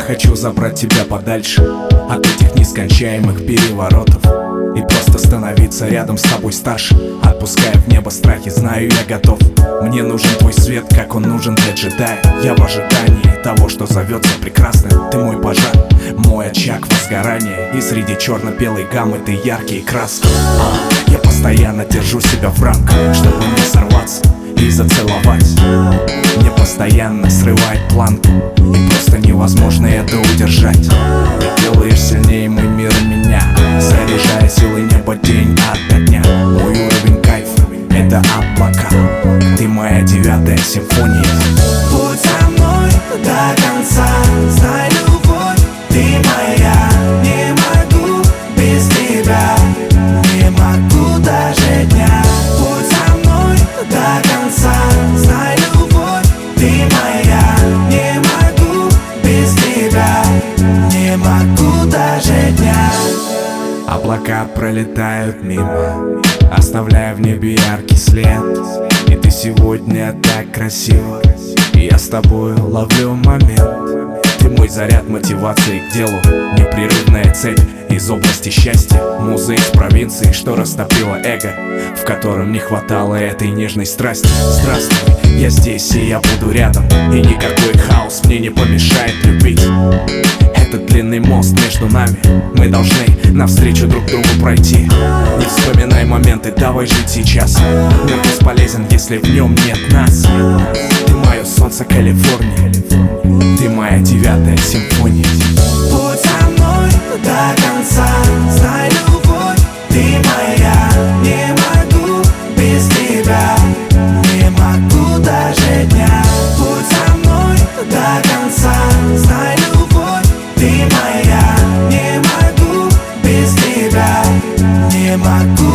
хочу забрать тебя подальше от этих нескончаемых переворотов и просто становиться рядом с тобой старше. Отпуская в небо страхи, знаю, я готов. Мне нужен твой свет, как он нужен для джедая. Я в ожидании того, что зовется прекрасным. Ты мой пожар, мой очаг возгорания, и среди черно-белой гаммы ты яркие краски. Я постоянно держу себя в рамках, чтобы не сорваться и зацеловать. Мне постоянно срывает планку, и просто невозможно это удержать. Ты делаешь сильнее мой мир и меня, заряжая силой неба день ото дня. Мой уровень кайфа — это облака. Ты моя 9-я симфония. Будь со мной до конца, знай, любовь, ты моя. Не могу без тебя, не могу даже дня. Будь со мной до конца, знай, любовь, ты моя. Не могу без тебя, не могу даже дня. Облака пролетают мимо, оставляя в небе яркий след. И ты сегодня так красива, и я с тобой ловлю момент. Ты мой заряд мотивации к делу, непрерывная цепь из области счастья. Муза из провинции, что растопила эго, в котором не хватало этой нежной страсти. Здравствуй, я здесь и я буду рядом, и никакой хаос мне не помешает любить. Этот длинный мост между нами, мы должны навстречу друг другу пройти. Не вспоминай моменты, давай жить сейчас. Мир бесполезен, если в нем нет нас. Ты мое солнце Калифорнии, ты моя 9-я симфония. Будь со мной до конца, знай, любовь, ты моя. Не могу без тебя, не могу даже дня. Будь со мной до конца, знай, любовь, ты моя. Не могу без тебя, не могу